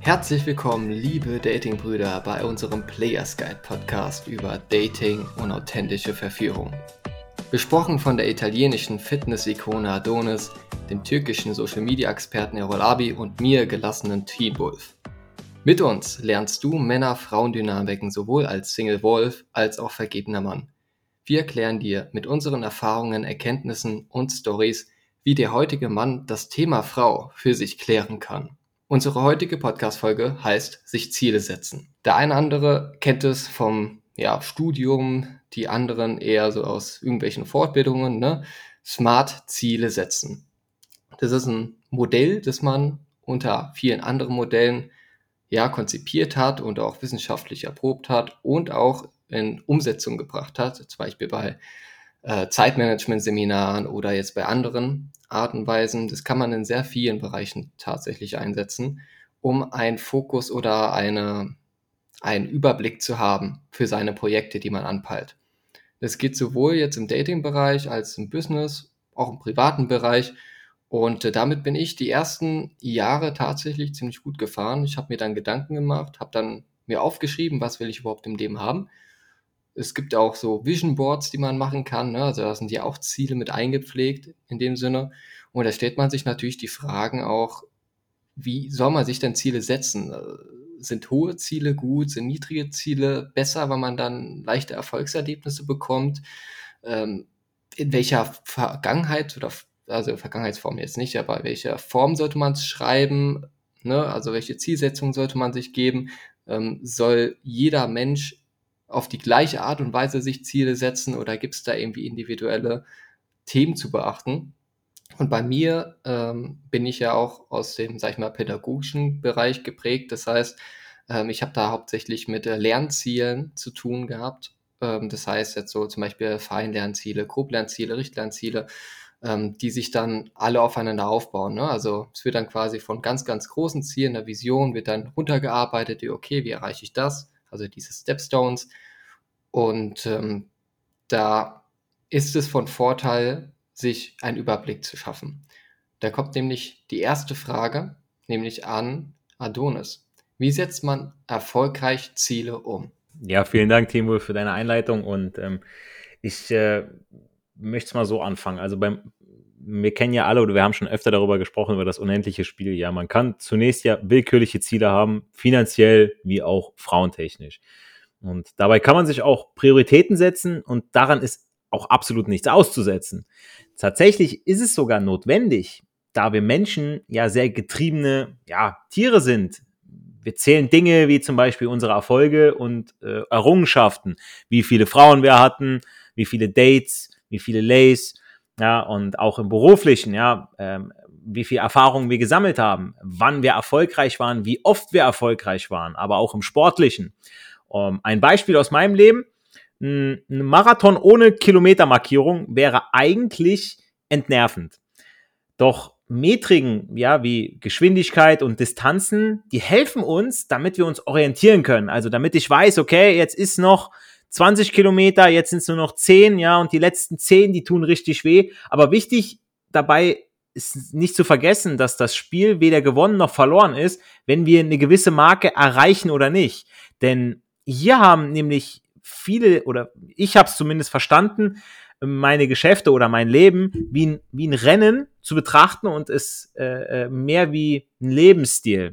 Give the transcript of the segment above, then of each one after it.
Herzlich willkommen, liebe Datingbrüder, bei unserem Players Guide Podcast über Dating und authentische Verführung. Besprochen von der italienischen Fitness-Ikone Adonis, dem türkischen Social-Media-Experten Errol Abi und mir, gelassenen Teen Wolf. Mit uns lernst du Männer-Frauen-Dynamiken sowohl als Single Wolf als auch vergebener Mann. Wir erklären dir mit unseren Erfahrungen, Erkenntnissen und Stories, wie der heutige Mann das Thema Frau für sich klären kann. Unsere heutige Podcast-Folge heißt sich Ziele setzen. Der eine andere kennt es vom Studium, die anderen eher so aus irgendwelchen Fortbildungen, ne? Smart Ziele setzen. Das ist ein Modell, das man unter vielen anderen Modellen konzipiert hat und auch wissenschaftlich erprobt hat und auch in Umsetzung gebracht hat, zum Beispiel bei Zeitmanagement-Seminaren oder jetzt bei anderen Arten und Weisen. Das kann man in sehr vielen Bereichen tatsächlich einsetzen, um einen Fokus oder einen Überblick zu haben für seine Projekte, die man anpeilt. Das geht sowohl jetzt im Dating-Bereich als im Business, auch im privaten Bereich. Und damit bin ich die ersten Jahre tatsächlich ziemlich gut gefahren. Ich habe mir dann Gedanken gemacht, habe dann mir aufgeschrieben, was will ich überhaupt im Leben haben. Es gibt auch so Vision Boards, die man machen kann, ne? Also da sind ja auch Ziele mit eingepflegt in dem Sinne. Und da stellt man sich natürlich die Fragen auch, wie soll man sich denn Ziele setzen? Sind hohe Ziele gut? Sind niedrige Ziele besser, weil man dann leichte Erfolgserlebnisse bekommt? In welcher Vergangenheit also Vergangenheitsform jetzt nicht, aber in welcher Form sollte man es schreiben? Ne? Also welche Zielsetzung sollte man sich geben? Soll jeder Mensch auf die gleiche Art und Weise sich Ziele setzen oder gibt es da irgendwie individuelle Themen zu beachten? Und bei mir bin ich ja auch aus dem, sag ich mal, pädagogischen Bereich geprägt. Das heißt, ich habe da hauptsächlich mit Lernzielen zu tun gehabt. Das heißt jetzt so zum Beispiel Feinlernziele, Groblernziele, Richtlernziele, die sich dann alle aufeinander aufbauen. Ne? Also es wird dann quasi von ganz, ganz großen Zielen, der Vision, wird dann runtergearbeitet, okay, wie erreiche ich das? Also diese Stepstones. Und da ist es von Vorteil, sich einen Überblick zu schaffen. Da kommt nämlich die erste Frage, nämlich an Adonis. Wie setzt man erfolgreich Ziele um? Ja, vielen Dank, Timo, für deine Einleitung und ich möchte es mal so anfangen. Also wir kennen ja alle oder wir haben schon öfter darüber gesprochen, über das unendliche Spiel. Ja, man kann zunächst ja willkürliche Ziele haben, finanziell wie auch frauentechnisch. Und dabei kann man sich auch Prioritäten setzen und daran ist auch absolut nichts auszusetzen. Tatsächlich ist es sogar notwendig, da wir Menschen ja sehr getriebene Tiere sind. Wir zählen Dinge wie zum Beispiel unsere Erfolge und Errungenschaften, wie viele Frauen wir hatten, wie viele Dates, wie viele Lays, ja, und auch im Beruflichen, wie viel Erfahrung wir gesammelt haben, wann wir erfolgreich waren, wie oft wir erfolgreich waren, aber auch im Sportlichen. Ein Beispiel aus meinem Leben: ein Marathon ohne Kilometermarkierung wäre eigentlich entnervend. Doch Metriken, wie Geschwindigkeit und Distanzen, die helfen uns, damit wir uns orientieren können. Also damit ich weiß, okay, jetzt ist noch 20 Kilometer, jetzt sind es nur noch 10, und die letzten 10, die tun richtig weh. Aber wichtig dabei ist nicht zu vergessen, dass das Spiel weder gewonnen noch verloren ist, wenn wir eine gewisse Marke erreichen oder nicht. Denn hier haben nämlich viele, oder ich habe es zumindest verstanden, meine Geschäfte oder mein Leben wie ein Rennen zu betrachten und es mehr wie ein Lebensstil,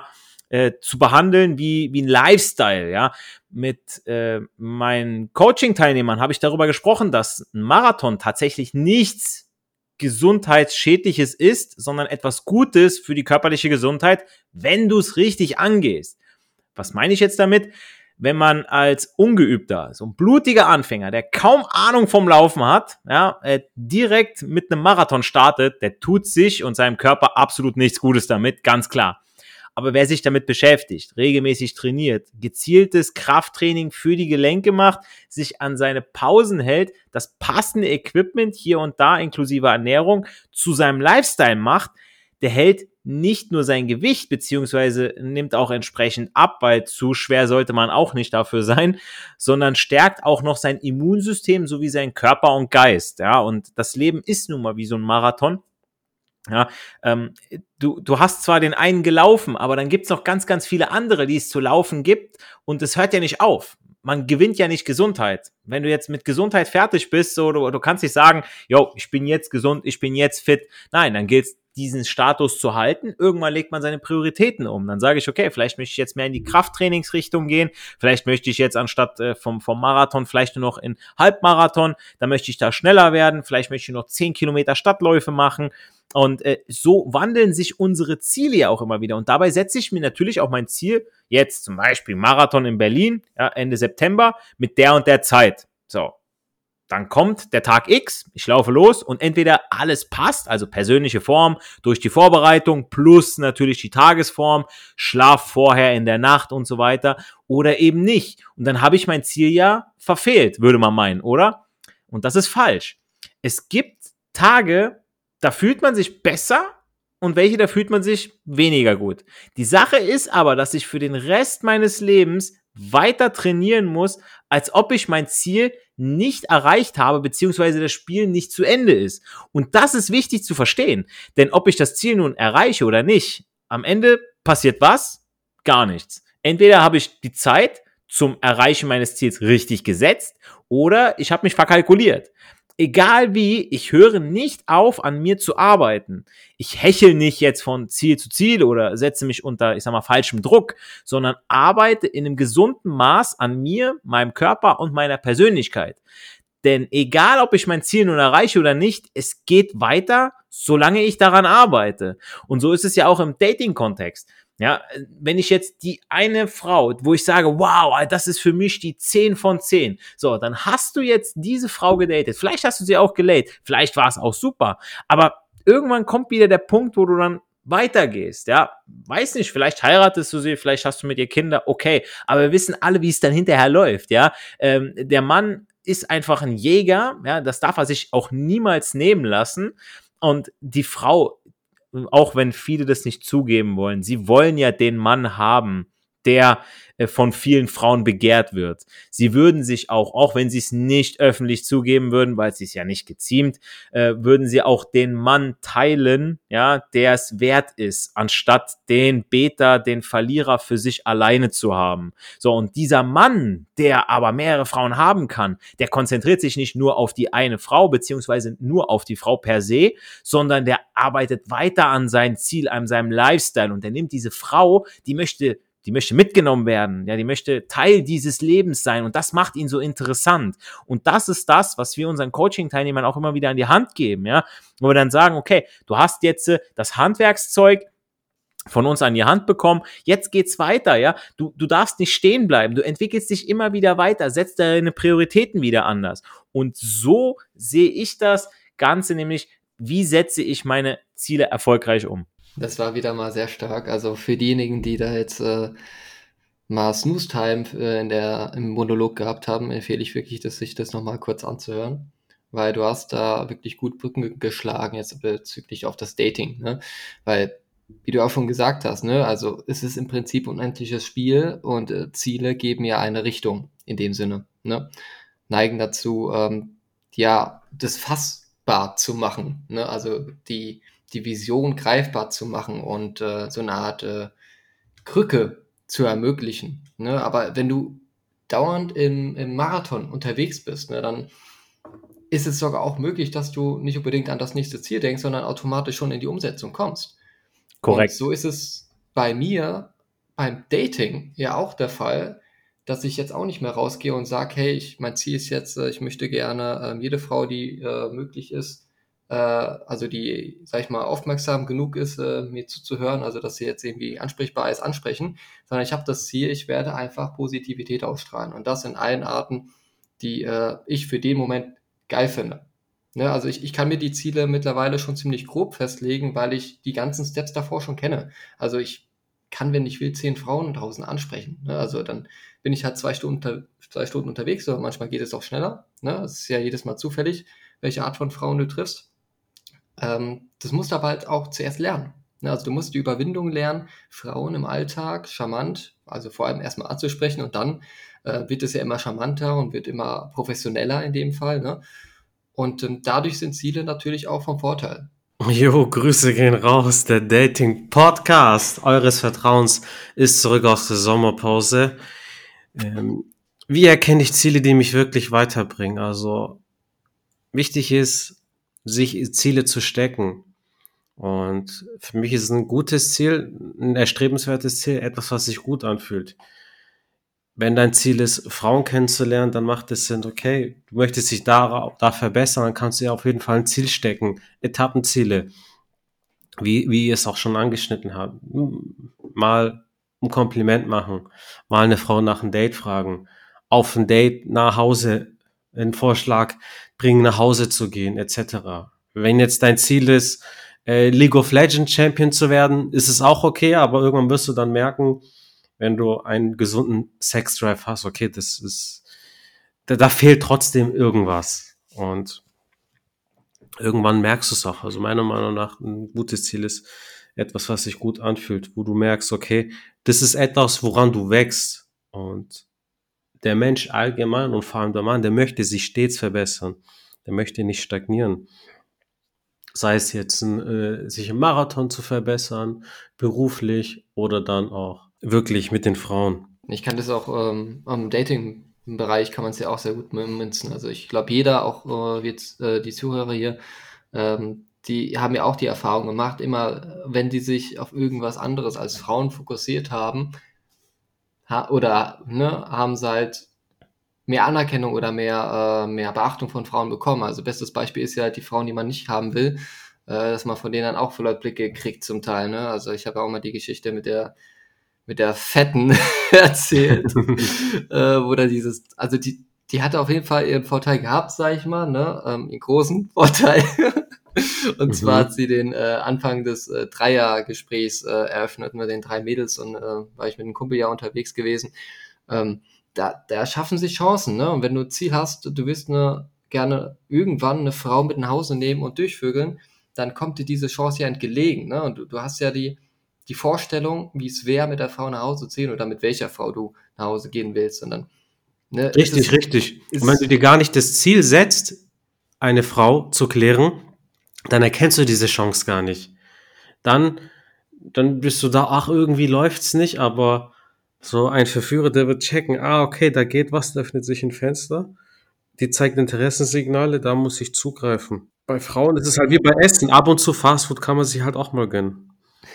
zu behandeln wie ein Lifestyle, Mit meinen Coaching-Teilnehmern habe ich darüber gesprochen, dass ein Marathon tatsächlich nichts Gesundheitsschädliches ist, sondern etwas Gutes für die körperliche Gesundheit, wenn du es richtig angehst. Was meine ich jetzt damit? Wenn man als Ungeübter, so ein blutiger Anfänger, der kaum Ahnung vom Laufen hat, direkt mit einem Marathon startet, der tut sich und seinem Körper absolut nichts Gutes damit, ganz klar. Aber wer sich damit beschäftigt, regelmäßig trainiert, gezieltes Krafttraining für die Gelenke macht, sich an seine Pausen hält, das passende Equipment hier und da inklusive Ernährung zu seinem Lifestyle macht, der hält nicht nur sein Gewicht, beziehungsweise nimmt auch entsprechend ab, weil zu schwer sollte man auch nicht dafür sein, sondern stärkt auch noch sein Immunsystem sowie seinen Körper und Geist. Ja, und das Leben ist nun mal wie so ein Marathon. Ja, du hast zwar den einen gelaufen, aber dann gibt's noch ganz, ganz viele andere, die es zu laufen gibt und es hört ja nicht auf. Man gewinnt ja nicht Gesundheit. Wenn du jetzt mit Gesundheit fertig bist, so, du kannst nicht sagen, yo, ich bin jetzt gesund, ich bin jetzt fit. Nein, dann gilt diesen Status zu halten. Irgendwann legt man seine Prioritäten um. Dann sage ich, okay, vielleicht möchte ich jetzt mehr in die Krafttrainingsrichtung gehen. Vielleicht möchte ich jetzt anstatt vom Marathon vielleicht nur noch in Halbmarathon. Dann möchte ich da schneller werden. Vielleicht möchte ich noch 10 Kilometer Stadtläufe machen. Und so wandeln sich unsere Ziele ja auch immer wieder. Und dabei setze ich mir natürlich auch mein Ziel, jetzt zum Beispiel Marathon in Berlin, ja, Ende September, mit der und der Zeit. So, dann kommt der Tag X, ich laufe los und entweder alles passt, also persönliche Form durch die Vorbereitung plus natürlich die Tagesform, Schlaf vorher in der Nacht und so weiter, oder eben nicht. Und dann habe ich mein Ziel ja verfehlt, würde man meinen, oder? Und das ist falsch. Es gibt Tage, da fühlt man sich besser und welche, da fühlt man sich weniger gut. Die Sache ist aber, dass ich für den Rest meines Lebens weiter trainieren muss, als ob ich mein Ziel nicht erreicht habe, beziehungsweise das Spiel nicht zu Ende ist. Und das ist wichtig zu verstehen. Denn ob ich das Ziel nun erreiche oder nicht, am Ende passiert was? Gar nichts. Entweder habe ich die Zeit zum Erreichen meines Ziels richtig gesetzt oder ich habe mich verkalkuliert. Egal wie, ich höre nicht auf, an mir zu arbeiten. Ich hechel nicht jetzt von Ziel zu Ziel oder setze mich unter, ich sag mal, falschem Druck, sondern arbeite in einem gesunden Maß an mir, meinem Körper und meiner Persönlichkeit. Denn egal, ob ich mein Ziel nun erreiche oder nicht, es geht weiter, solange ich daran arbeite. Und so ist es ja auch im Dating-Kontext. Ja, wenn ich jetzt die eine Frau, wo ich sage, wow, das ist für mich die 10 von 10. So, dann hast du jetzt diese Frau gedatet. Vielleicht hast du sie auch gedatet. Vielleicht war es auch super. Aber irgendwann kommt wieder der Punkt, wo du dann weitergehst, ja. Weiß nicht, vielleicht heiratest du sie, vielleicht hast du mit ihr Kinder, okay. Aber wir wissen alle, wie es dann hinterher läuft, ja. Der Mann ist einfach ein Jäger, ja. Das darf er sich auch niemals nehmen lassen. Und die Frau, auch wenn viele das nicht zugeben wollen, sie wollen ja den Mann haben, der von vielen Frauen begehrt wird. Sie würden sich auch wenn sie es nicht öffentlich zugeben würden, weil es sich ja nicht geziemt, würden sie auch den Mann teilen, ja, der es wert ist, anstatt den Beter, den Verlierer für sich alleine zu haben. So, und dieser Mann, der aber mehrere Frauen haben kann, der konzentriert sich nicht nur auf die eine Frau, beziehungsweise nur auf die Frau per se, sondern der arbeitet weiter an sein Ziel, an seinem Lifestyle und der nimmt diese Frau, die möchte mitgenommen werden, ja, die möchte Teil dieses Lebens sein und das macht ihn so interessant. Und das ist das, was wir unseren Coaching-Teilnehmern auch immer wieder an die Hand geben, ja, wo wir dann sagen, okay, du hast jetzt das Handwerkszeug von uns an die Hand bekommen, jetzt geht's weiter, ja, du darfst nicht stehen bleiben, du entwickelst dich immer wieder weiter, setzt deine Prioritäten wieder anders. Und so sehe ich das Ganze nämlich, wie setze ich meine Ziele erfolgreich um? Das war wieder mal sehr stark. Also für diejenigen, die da jetzt mal Snooze-Time im Monolog gehabt haben, empfehle ich wirklich, sich das nochmal kurz anzuhören, weil du hast da wirklich gut Brücken geschlagen jetzt bezüglich auf das Dating, ne? Weil, wie du auch schon gesagt hast, ne, also es ist im Prinzip unendliches Spiel und Ziele geben ja eine Richtung in dem Sinne, ne? Neigen dazu, ja, das fassbar zu machen, ne? Also die Vision greifbar zu machen und so eine Art Krücke zu ermöglichen. Ne? Aber wenn du dauernd im Marathon unterwegs bist, ne, dann ist es sogar auch möglich, dass du nicht unbedingt an das nächste Ziel denkst, sondern automatisch schon in die Umsetzung kommst. Und Korrekt. so ist es bei mir beim Dating ja auch der Fall, dass ich jetzt auch nicht mehr rausgehe und sage, hey, mein Ziel ist jetzt, ich möchte gerne jede Frau, die möglich ist, also die, sag ich mal, aufmerksam genug ist, mir zuzuhören, also dass sie jetzt irgendwie ansprechbar ist, ansprechen, sondern ich habe das Ziel, ich werde einfach Positivität ausstrahlen und das in allen Arten, die ich für den Moment geil finde. Ne, also ich kann mir die Ziele mittlerweile schon ziemlich grob festlegen, weil ich die ganzen Steps davor schon kenne. Also ich kann, wenn ich will, 10 Frauen draußen ansprechen. Ne? Also dann bin ich halt 2 Stunden unterwegs, oder manchmal geht es auch schneller. Ne? Es ist ja jedes Mal zufällig, welche Art von Frauen du triffst. Das musst du aber halt auch zuerst lernen. Ne? Also du musst die Überwindung lernen, Frauen im Alltag charmant, also vor allem erstmal anzusprechen und dann wird es ja immer charmanter und wird immer professioneller in dem Fall. Ne? Und dadurch sind Ziele natürlich auch vom Vorteil. Jo, Grüße gehen raus. Der Dating-Podcast eures Vertrauens ist zurück aus der Sommerpause. Wie erkenne ich Ziele, die mich wirklich weiterbringen? Also wichtig ist, sich Ziele zu stecken. Und für mich ist es ein gutes Ziel, ein erstrebenswertes Ziel, etwas, was sich gut anfühlt. Wenn dein Ziel ist, Frauen kennenzulernen, dann macht es Sinn, okay, du möchtest dich da verbessern, dann kannst du ja auf jeden Fall ein Ziel stecken. Etappenziele, wie ihr es auch schon angeschnitten habt. Mal ein Kompliment machen, mal eine Frau nach einem Date fragen, auf ein Date nach Hause, einen Vorschlag bringen, nach Hause zu gehen, etc. Wenn jetzt dein Ziel ist, League of Legends Champion zu werden, ist es auch okay, aber irgendwann wirst du dann merken, wenn du einen gesunden Sexdrive hast, okay, da fehlt trotzdem irgendwas. Und irgendwann merkst du es auch. Also meiner Meinung nach ein gutes Ziel ist etwas, was sich gut anfühlt, wo du merkst, okay, das ist etwas, woran du wächst. Und der Mensch allgemein und vor allem der Mann, der möchte sich stets verbessern. Der möchte nicht stagnieren. Sei es jetzt, sich im Marathon zu verbessern, beruflich oder dann auch wirklich mit den Frauen. Ich kann das auch am Dating-Bereich kann man es ja auch sehr gut münzen. Also ich glaube, jeder, auch jetzt die Zuhörer hier, die haben ja auch die Erfahrung gemacht, immer wenn die sich auf irgendwas anderes als Frauen fokussiert haben, haben sie halt mehr Anerkennung oder mehr Beachtung von Frauen bekommen. Also bestes Beispiel ist ja halt die Frauen, die man nicht haben will, dass man von denen dann auch voller Blicke kriegt zum Teil. Ne? Also ich habe auch mal die Geschichte mit der Fetten erzählt, wo da also die hatte auf jeden Fall ihren Vorteil gehabt, sag ich mal, ne, ihren großen Vorteil. Und zwar hat sie den Anfang des Dreiergesprächs eröffnet mit den 3 Mädels und war ich mit einem Kumpel ja unterwegs gewesen. Da schaffen sich Chancen, ne? Und wenn du ein Ziel hast, du willst gerne irgendwann eine Frau mit nach Hause nehmen und durchvögeln, dann kommt dir diese Chance ja entgelegen, ne? Und du hast ja die Vorstellung, wie es wäre, mit der Frau nach Hause zu gehen oder mit welcher Frau du nach Hause gehen willst, sondern ne, Richtig. Und wenn du dir gar nicht das Ziel setzt, eine Frau zu klären, dann erkennst du diese Chance gar nicht. Dann bist du da, ach, irgendwie läuft's nicht, aber so ein Verführer, der wird checken, okay, da geht was, da öffnet sich ein Fenster, die zeigt Interessenssignale, da muss ich zugreifen. Bei Frauen ist es halt wie bei Essen, ab und zu Fastfood kann man sich halt auch mal gönnen.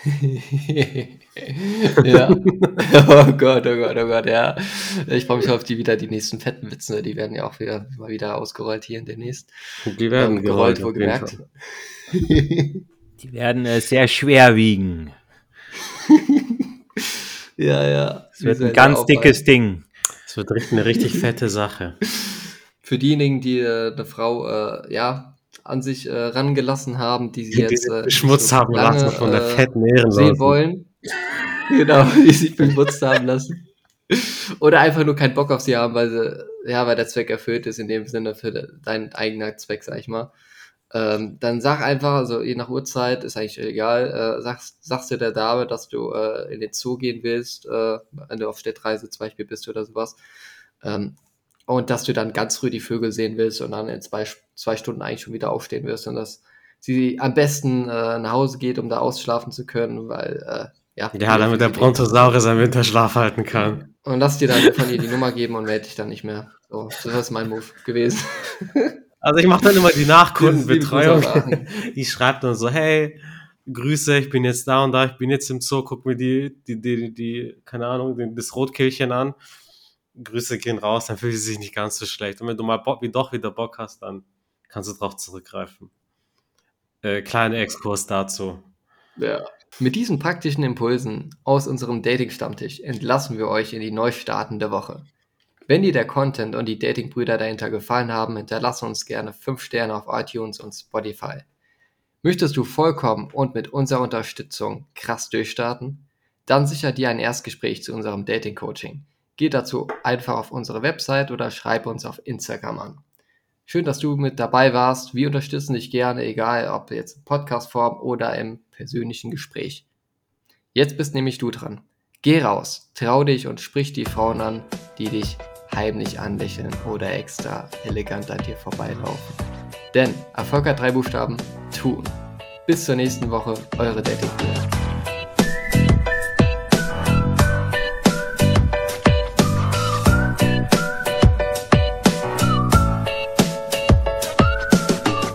Ja. Oh Gott, ja. Ich freue mich auf die nächsten fetten Witze, die werden ja auch mal wieder ausgerollt hier demnächst. Die werden gerollt, wohlgemerkt. Die werden sehr schwer wiegen. Ja. Es wird ein ganz dickes Ding. Es wird eine richtig fette Sache. Für diejenigen, die eine Frau an sich rangelassen haben, die sie jetzt beschmutzt so haben lassen von der fetten Ehrenlosen sehen wollen. Genau, die sich beschmutzt haben lassen. Oder einfach nur keinen Bock auf sie haben, weil der Zweck erfüllt ist, in dem Sinne für deinen eigenen Zweck, sag ich mal. Dann sag einfach, also je nach Uhrzeit, ist eigentlich egal, sagst du der Dame, dass du in den Zoo gehen willst, wenn du auf Städtreise zum Beispiel bist oder sowas. Und dass du dann ganz früh die Vögel sehen willst und dann in 2 Stunden eigentlich schon wieder aufstehen wirst und dass sie am besten nach Hause geht, um da ausschlafen zu können, weil damit der Brontosaurus seinen Winterschlaf halten kann. Und lass dir dann von ihr die Nummer geben und melde dich dann nicht mehr. So, das ist mein Move gewesen. Also ich mache dann immer die Nachkundenbetreuung. Die schreibt dann so, hey, Grüße, ich bin jetzt da und da, ich bin jetzt im Zoo, guck mir die keine Ahnung, das Rotkehlchen an. Grüße gehen raus, dann fühlt sie sich nicht ganz so schlecht. Und wenn du mal doch wieder Bock hast, dann kannst du drauf zurückgreifen. Kleiner Exkurs dazu. Ja. Mit diesen praktischen Impulsen aus unserem Dating-Stammtisch entlassen wir euch in die Neustarten der Woche. Wenn dir der Content und die Dating-Brüder dahinter gefallen haben, hinterlasse uns gerne 5 Sterne auf iTunes und Spotify. Möchtest du vollkommen und mit unserer Unterstützung krass durchstarten? Dann sicher dir ein Erstgespräch zu unserem Dating-Coaching. Geh dazu einfach auf unsere Website oder schreib uns auf Instagram an. Schön, dass du mit dabei warst. Wir unterstützen dich gerne, egal ob jetzt in Podcast-Form oder im persönlichen Gespräch. Jetzt bist nämlich du dran. Geh raus, trau dich und sprich die Frauen an, die dich heimlich anlächeln oder extra elegant an dir vorbeilaufen. Denn Erfolg hat 3 Buchstaben: tun. Bis zur nächsten Woche, eure Dating.